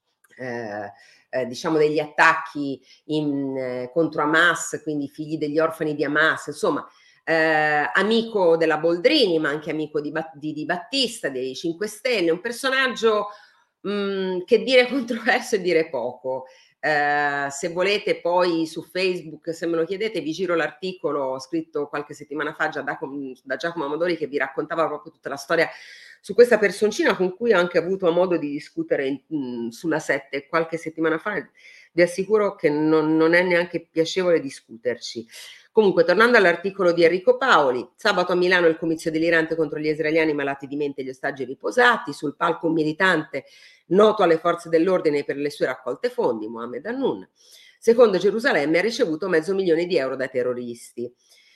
Eh, Eh, diciamo degli attacchi in, eh, contro Hamas, quindi figli degli orfani di Hamas, insomma eh, amico della Boldrini, ma anche amico di, di, di Battista, dei cinque Stelle, un personaggio mh, che dire controverso e dire poco. Eh, se volete poi su Facebook, se me lo chiedete, vi giro l'articolo scritto qualche settimana fa già da, da Giacomo Amadori, che vi raccontava proprio tutta la storia su questa personcina con cui ho anche avuto modo di discutere in, mh, sulla sette qualche settimana fa. Vi assicuro che non, non è neanche piacevole discuterci. Comunque, tornando all'articolo di Enrico Paoli, sabato a Milano il comizio delirante contro gli israeliani malati di mente e gli ostaggi riposati, sul palco un militante noto alle forze dell'ordine per le sue raccolte fondi, Mohamed Annun. Secondo Gerusalemme ha ricevuto mezzo milione di euro dai terroristi.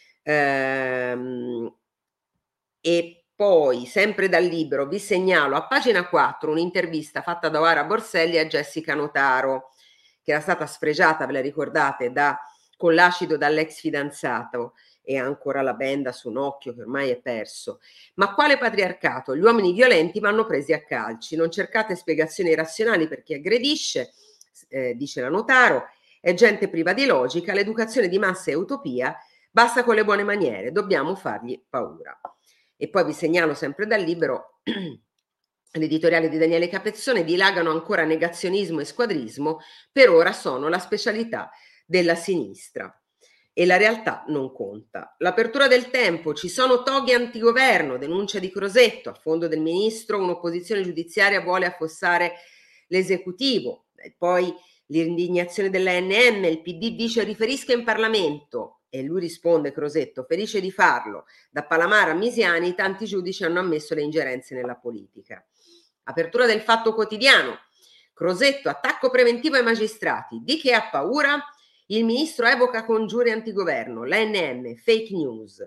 Ehm, e poi, sempre dal Libero, vi segnalo a pagina quattro un'intervista fatta da Oara Borselli a Jessica Notaro, che era stata sfregiata, ve la ricordate, da, con l'acido dall'ex fidanzato, e ha ancora la benda su un occhio che ormai è perso. Ma quale patriarcato? Gli uomini violenti vanno presi a calci, non cercate spiegazioni razionali per chi aggredisce, eh, dice la Notaro, è gente priva di logica, l'educazione di massa è utopia, basta con le buone maniere, dobbiamo fargli paura. E poi vi segnalo sempre dal Libero l'editoriale di Daniele Capezzone, dilagano ancora negazionismo e squadrismo, per ora sono la specialità della sinistra e la realtà non conta. L'apertura del Tempo, ci sono toghi antigoverno, denuncia di Crosetto, a fondo del ministro un'opposizione giudiziaria vuole affossare l'esecutivo. E poi l'indignazione dell'A N M, il P D dice riferisca in Parlamento e lui risponde, Crosetto, felice di farlo. Da Palamara a Misiani tanti giudici hanno ammesso le ingerenze nella politica. Apertura del Fatto Quotidiano. Crosetto, attacco preventivo ai magistrati. Di che ha paura? Il ministro evoca congiuri antigoverno, l'A N M, fake news.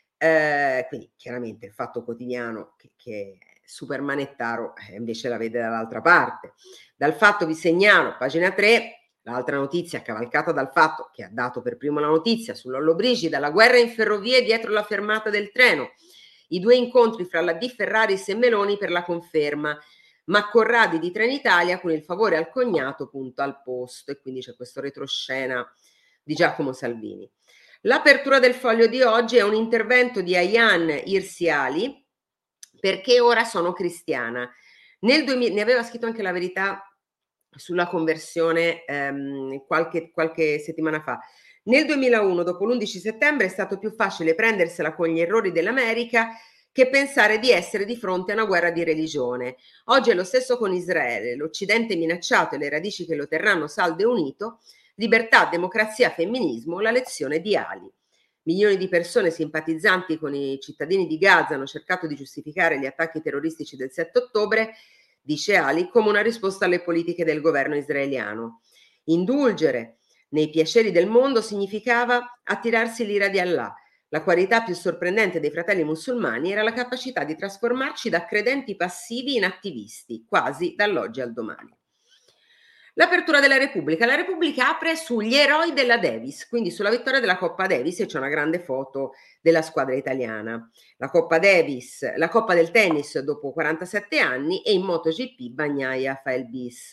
Eh, quindi chiaramente il Fatto Quotidiano che, che è super manettaro eh, invece la vede dall'altra parte. Dal Fatto vi segnalo, pagina tre, l'altra notizia cavalcata dal Fatto che ha dato per primo la notizia sull'Ollobrigida, la guerra in ferrovie dietro la fermata del treno, i due incontri fra la D Ferraris e Meloni per la conferma, ma Corradi di Trenitalia con il favore al cognato punto al posto, e quindi c'è questo retroscena di Giacomo Salvini. L'apertura del Foglio di oggi è un intervento di Ayaan Hirsi Ali, perché ora sono cristiana. Nel duemila, ne aveva scritto anche La Verità sulla conversione ehm, qualche, qualche settimana fa. Nel duemilauno, dopo l'undici settembre, è stato più facile prendersela con gli errori dell'America che pensare di essere di fronte a una guerra di religione. Oggi è lo stesso con Israele, l'Occidente minacciato e le radici che lo terranno saldo e unito, libertà, democrazia, femminismo, la lezione di Ali. Milioni di persone simpatizzanti con i cittadini di Gaza hanno cercato di giustificare gli attacchi terroristici del sette ottobre, dice Ali, come una risposta alle politiche del governo israeliano. Indulgere nei piaceri del mondo significava attirarsi l'ira di Allah. La qualità più sorprendente dei fratelli musulmani era la capacità di trasformarci da credenti passivi in attivisti, quasi dall'oggi al domani. L'apertura della Repubblica. La Repubblica apre sugli eroi della Davis, quindi sulla vittoria della Coppa Davis, e c'è una grande foto della squadra italiana. La Coppa Davis, la Coppa del tennis dopo quarantasette anni, e in MotoGP Bagnaia fa il bis.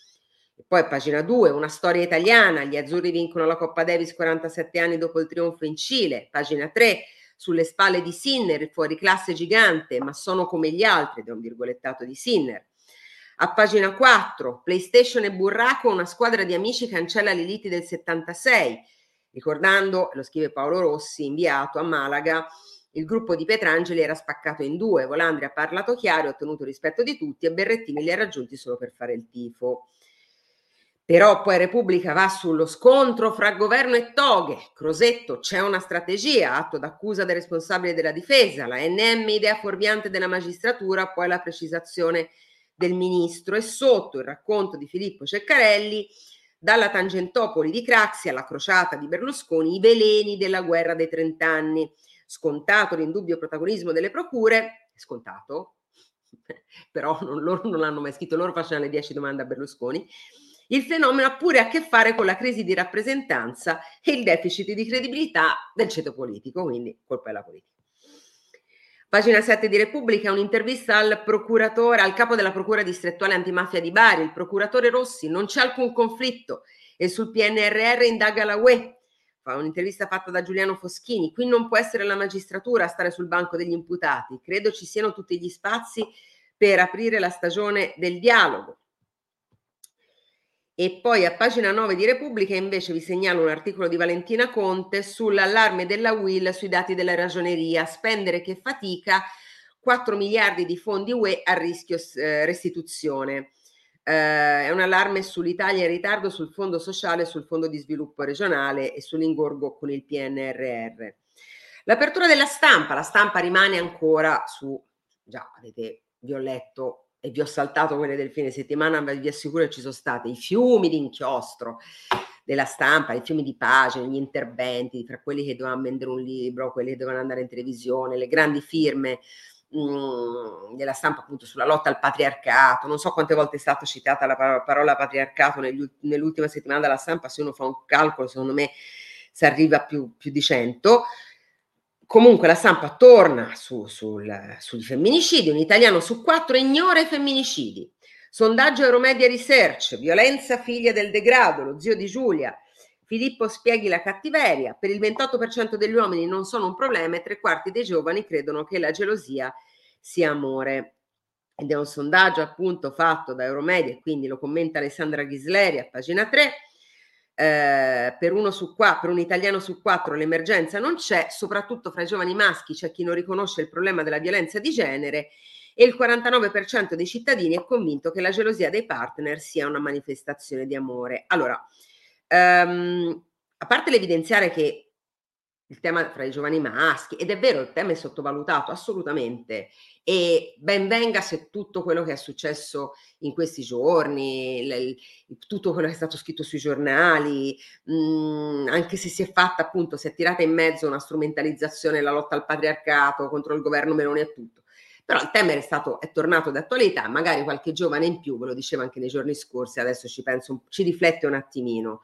E poi pagina due, una storia italiana, gli azzurri vincono la Coppa Davis quarantasette anni dopo il trionfo in Cile. Pagina tre, sulle spalle di Sinner, il fuoriclasse gigante, ma sono come gli altri, ed è un virgolettato di Sinner. A pagina quattro, PlayStation e Burraco, una squadra di amici cancella le liti del settantasei, ricordando, lo scrive Paolo Rossi, inviato a Malaga, il gruppo di Petrangeli era spaccato in due, Volandri ha parlato chiaro, ha ottenuto rispetto di tutti e Berrettini li ha raggiunti solo per fare il tifo. Però poi Repubblica va sullo scontro fra governo e toghe. Crosetto, c'è una strategia, atto d'accusa del responsabile della difesa, la N M idea fuorviante della magistratura, poi la precisazione del ministro, e sotto il racconto di Filippo Ceccarelli, dalla Tangentopoli di Craxi alla crociata di Berlusconi, i veleni della guerra dei trent'anni. Scontato l'indubbio protagonismo delle procure, scontato, però non, loro non l'hanno mai scritto, loro facevano le dieci domande a Berlusconi. Il fenomeno ha pure a che fare con la crisi di rappresentanza e il deficit di credibilità del ceto politico, quindi colpa della politica. Pagina sette di Repubblica, un'intervista al procuratore, al capo della procura distrettuale antimafia di Bari, il procuratore Rossi, non c'è alcun conflitto e sul P N R R indaga la U E. Fa un'intervista fatta da Giuliano Foschini, qui non può essere la magistratura a stare sul banco degli imputati, credo ci siano tutti gli spazi per aprire la stagione del dialogo. E poi a pagina nove di Repubblica invece vi segnalo un articolo di Valentina Conte sull'allarme della U I L sui dati della ragioneria, spendere che fatica, quattro miliardi di fondi U E a rischio eh, restituzione. Eh, è un allarme sull'Italia in ritardo sul fondo sociale, sul fondo di sviluppo regionale e sull'ingorgo con il P N R R. L'apertura della stampa, la stampa rimane ancora su, già avete, vi ho letto e vi ho saltato quelle del fine settimana, ma vi assicuro che ci sono stati i fiumi di inchiostro della stampa, i fiumi di pagine, gli interventi, fra quelli che dovevano vendere un libro, quelli che dovevano andare in televisione, le grandi firme mh, della stampa appunto sulla lotta al patriarcato. Non so quante volte è stata citata la parola, parola patriarcato negli, nell'ultima settimana della stampa, se uno fa un calcolo secondo me si arriva a più, più di cento. Comunque la stampa torna su, sul, sui femminicidi, un italiano su quattro ignora i femminicidi. Sondaggio Euromedia Research, violenza figlia del degrado, lo zio di Giulia. Filippo spieghi la cattiveria, per il ventotto per cento degli uomini non sono un problema e tre quarti dei giovani credono che la gelosia sia amore. Ed è un sondaggio appunto fatto da Euromedia, quindi lo commenta Alessandra Ghisleri a pagina tre. Eh, per uno su qua, per un italiano su quattro l'emergenza non c'è, soprattutto fra i giovani maschi c'è chi non riconosce il problema della violenza di genere e il quarantanove per cento dei cittadini è convinto che la gelosia dei partner sia una manifestazione di amore. Allora, um, a parte l'evidenziare che il tema fra i giovani maschi, ed è vero, il tema è sottovalutato assolutamente, e ben venga se tutto quello che è successo in questi giorni, l- tutto quello che è stato scritto sui giornali, mh, anche se si è fatta appunto, si è tirata in mezzo una strumentalizzazione, la lotta al patriarcato contro il governo Meloni e tutto. Però il tema è stato, è tornato d'attualità, magari qualche giovane in più, ve lo diceva anche nei giorni scorsi, adesso ci penso, ci riflette un attimino.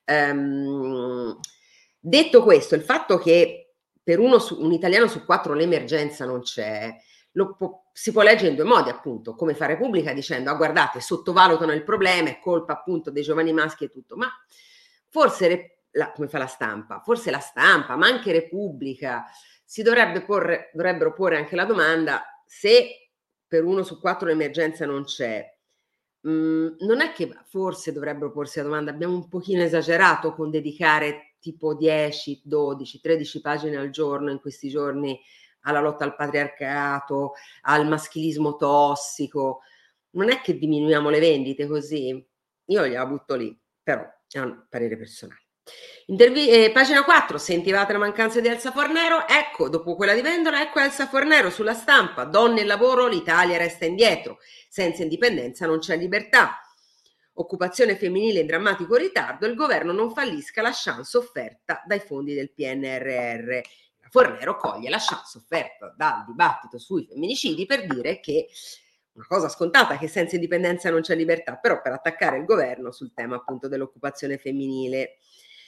Um, detto questo, il fatto che per uno su, un italiano su quattro l'emergenza non c'è, lo po- si può leggere in due modi, appunto, come fa Repubblica dicendo, ah guardate, sottovalutano il problema, è colpa appunto dei giovani maschi e tutto, ma forse, la, come fa la stampa, forse la stampa, ma anche Repubblica, si dovrebbe porre, dovrebbero porre anche la domanda, se per uno su quattro l'emergenza non c'è, mh, non è che forse dovrebbero porsi la domanda, abbiamo un pochino esagerato con dedicare tipo dieci, dodici, tredici pagine al giorno in questi giorni alla lotta al patriarcato, al maschilismo tossico, non è che diminuiamo le vendite così? Io gliela butto lì, però è un parere personale. Intervi- eh, pagina quattro, sentivate la mancanza di Elsa Fornero? Ecco, dopo quella di Vendola, ecco Elsa Fornero sulla stampa, donne e lavoro, l'Italia resta indietro, senza indipendenza non c'è libertà. Occupazione femminile in drammatico ritardo, il governo non fallisca la chance offerta dai fondi del P N R R. Fornero coglie la chance offerta dal dibattito sui femminicidi per dire che una cosa scontata che senza indipendenza non c'è libertà, però per attaccare il governo sul tema appunto dell'occupazione femminile.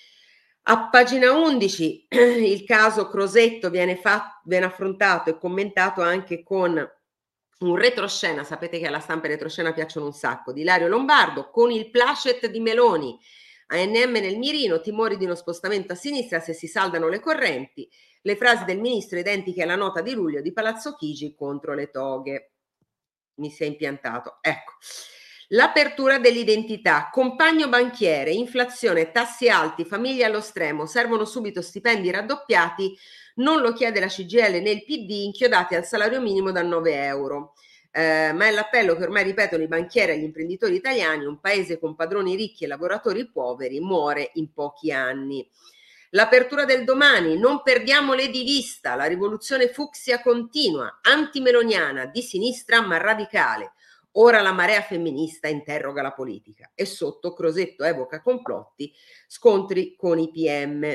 A pagina undici il caso Crosetto viene, fatto, viene affrontato e commentato anche con un retroscena, sapete che alla stampa e retroscena piacciono un sacco, di Ilario Lombardo, con il placet di Meloni, A N M nel mirino, timori di uno spostamento a sinistra se si saldano le correnti, le frasi del ministro identiche alla nota di luglio di Palazzo Chigi contro le toghe. Mi si è impiantato, ecco. L'apertura dell'identità, compagno banchiere, inflazione, tassi alti, famiglie allo stremo, servono subito stipendi raddoppiati, non lo chiede la C G I L né il P D, inchiodati al salario minimo da nove euro. Eh, ma è l'appello che ormai ripetono i banchieri agli imprenditori italiani, un paese con padroni ricchi e lavoratori poveri muore in pochi anni. L'apertura del domani, non perdiamole di vista, la rivoluzione fucsia continua, antimeloniana, di sinistra ma radicale. Ora la marea femminista interroga la politica e sotto Crosetto evoca complotti, scontri con i P M.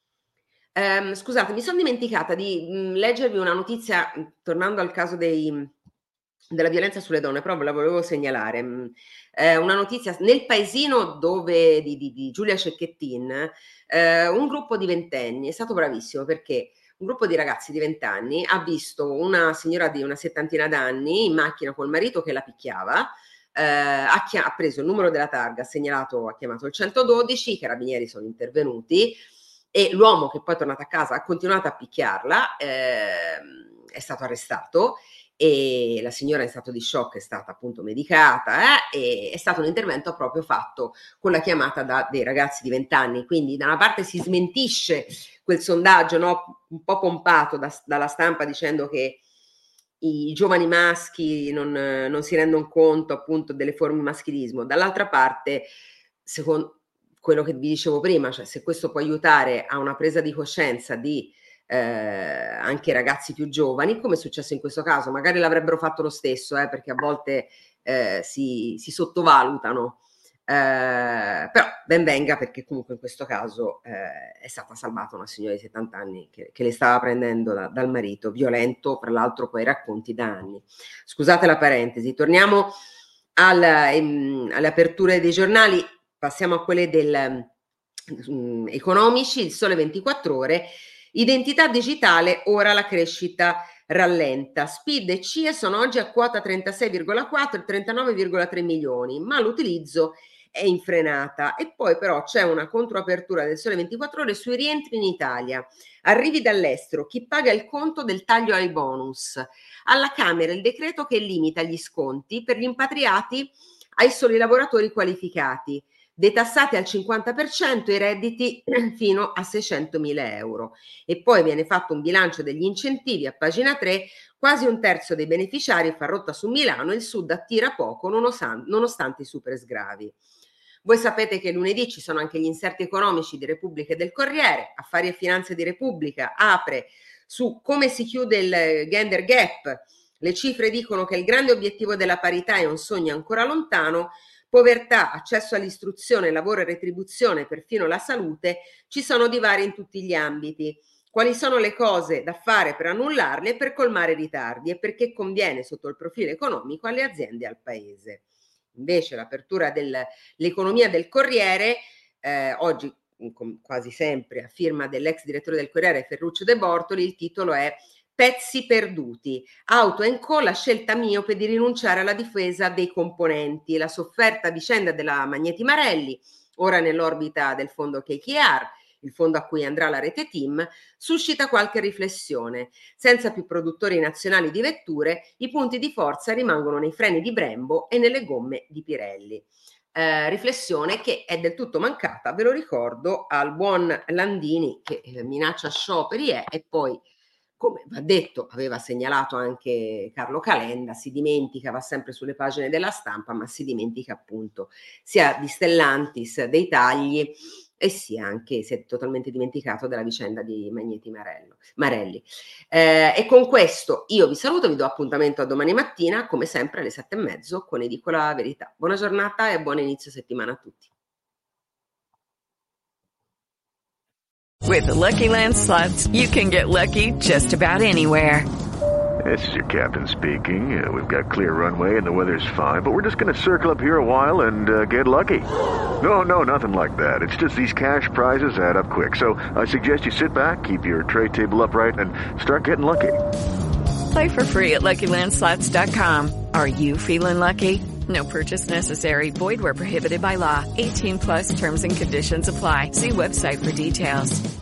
Um, scusate, mi sono dimenticata di mh, leggervi una notizia, mh, tornando al caso dei, della violenza sulle donne, però ve la volevo segnalare. Mh, eh, una notizia nel paesino dove, di, di, di Giulia Cecchettin, eh, un gruppo di ventenni è stato bravissimo perché un gruppo di ragazzi di venti anni ha visto una signora di una settantina d'anni in macchina col marito che la picchiava, eh, ha, chia- ha preso il numero della targa, ha segnalato, ha chiamato il centododici, i carabinieri sono intervenuti e l'uomo che poi è tornato a casa ha continuato a picchiarla, eh, è stato arrestato e la signora in stato di shock è stata appunto medicata, eh, e è stato un intervento proprio fatto con la chiamata da dei ragazzi di venti anni, quindi da una parte si smentisce quel sondaggio, no, un po' pompato da, dalla stampa dicendo che i giovani maschi non, non si rendono conto appunto delle forme di maschilismo, dall'altra parte secondo quello che vi dicevo prima, cioè se questo può aiutare a una presa di coscienza di eh, anche ragazzi più giovani, come è successo in questo caso, magari l'avrebbero fatto lo stesso, eh, perché a volte eh, si, si sottovalutano, eh, però ben venga perché comunque in questo caso eh, è stata salvata una signora di settanta anni che, che le stava prendendo da, dal marito, violento, tra l'altro poi racconti da anni. Scusate la parentesi, torniamo al, ehm, alle aperture dei giornali, passiamo a quelle del, um, economici, il Sole ventiquattro Ore, identità digitale, ora la crescita rallenta. Speed e C I E sono oggi a quota trentasei virgola quattro e trentanove virgola tre milioni, ma l'utilizzo è in frenata. E poi però c'è una controapertura del Sole ventiquattro Ore sui rientri in Italia. Arrivi dall'estero, chi paga il conto del taglio ai bonus. Alla Camera il decreto che limita gli sconti per gli impatriati ai soli lavoratori qualificati, detassati al cinquanta per cento i redditi fino a seicentomila euro. E poi viene fatto un bilancio degli incentivi a pagina tre Quasi un terzo dei beneficiari fa rotta su Milano e il Sud attira poco nonostante i super sgravi. Voi sapete che lunedì ci sono anche gli inserti economici di Repubblica e del Corriere. Affari e Finanze di Repubblica apre su come si chiude il gender gap. Le cifre dicono che il grande obiettivo della parità è un sogno ancora lontano. Povertà, accesso all'istruzione, lavoro e retribuzione, perfino la salute, ci sono divari in tutti gli ambiti. Quali sono le cose da fare per annullarle e per colmare i ritardi e perché conviene sotto il profilo economico alle aziende e al Paese. Invece l'apertura dell'economia del Corriere, eh, oggi quasi sempre a firma dell'ex direttore del Corriere Ferruccio De Bortoli, il titolo è Pezzi perduti, Auto and Co, la scelta miope di rinunciare alla difesa dei componenti, la sofferta vicenda della Magneti Marelli, ora nell'orbita del fondo K K R, il fondo a cui andrà la rete Team, suscita qualche riflessione. Senza più produttori nazionali di vetture, i punti di forza rimangono nei freni di Brembo e nelle gomme di Pirelli. Eh, riflessione che è del tutto mancata, ve lo ricordo, al buon Landini che eh, minaccia scioperi è, e poi, come va detto, aveva segnalato anche Carlo Calenda, si dimentica, va sempre sulle pagine della Stampa, ma si dimentica appunto sia di Stellantis, dei tagli, e sia anche, si è totalmente dimenticato della vicenda di Magneti Marello, Marelli. Eh, e con questo io vi saluto, vi do appuntamento a domani mattina, come sempre alle sette e mezzo con Edicola Verità. Buona giornata e buon inizio settimana a tutti. With the Lucky Land Slots, you can get lucky just about anywhere. This is your captain speaking. Uh, we've got clear runway and the weather's fine, but we're just going to circle up here a while and uh, get lucky. No, no, nothing like that. It's just these cash prizes add up quick. So I suggest you sit back, keep your tray table upright, and start getting lucky. Play for free at Lucky Land Slots dot com. Are you feeling lucky? No purchase necessary. Void where prohibited by law. eighteen plus terms and conditions apply. See website for details.